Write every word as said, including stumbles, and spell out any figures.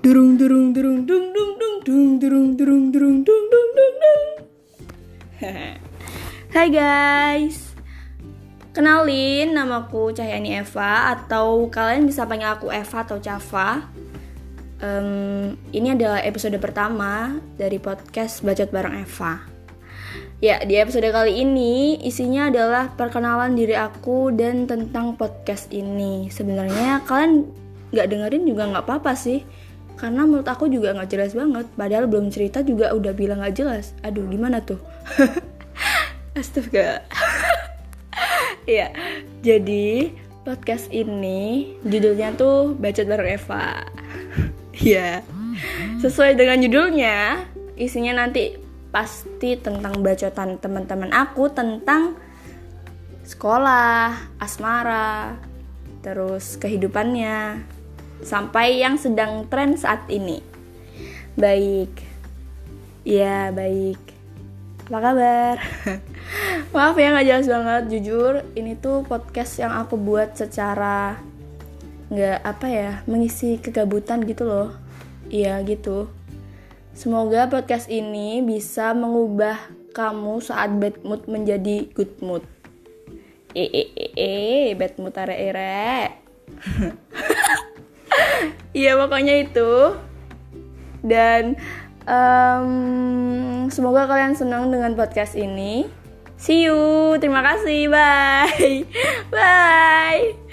Durung durung durung dung dung dung dung durung durung durung dung dung dung dung. Hai guys, kenalin, namaku Cahyani Eva, atau kalian bisa panggil aku Eva atau Cava. um, Ini adalah episode pertama dari podcast Bacot Bareng Eva. Ya, di episode kali ini isinya adalah perkenalan diri aku dan tentang podcast ini. Sebenarnya kalian gak dengerin juga gak apa-apa sih, karena menurut aku juga gak jelas banget. Padahal belum cerita juga udah bilang gak jelas. Aduh, gimana tuh? Astaga. Ya, jadi podcast ini judulnya tuh Bacot Bareng Eva. Ya, sesuai dengan judulnya, isinya nanti pasti tentang bacotan teman-teman aku tentang sekolah, asmara, terus kehidupannya, sampai yang sedang tren saat ini. Baik. Ya, baik. Apa kabar? Maaf ya gak jelas banget, jujur ini tuh podcast yang aku buat secara gak apa ya, mengisi kegabutan gitu loh. Iya gitu. Semoga podcast ini bisa mengubah kamu saat bad mood menjadi good mood. Eh eh eh eh bad mood are ere. Iya pokoknya itu. Dan um, semoga kalian senang dengan podcast ini. See you, terima kasih, bye. Bye.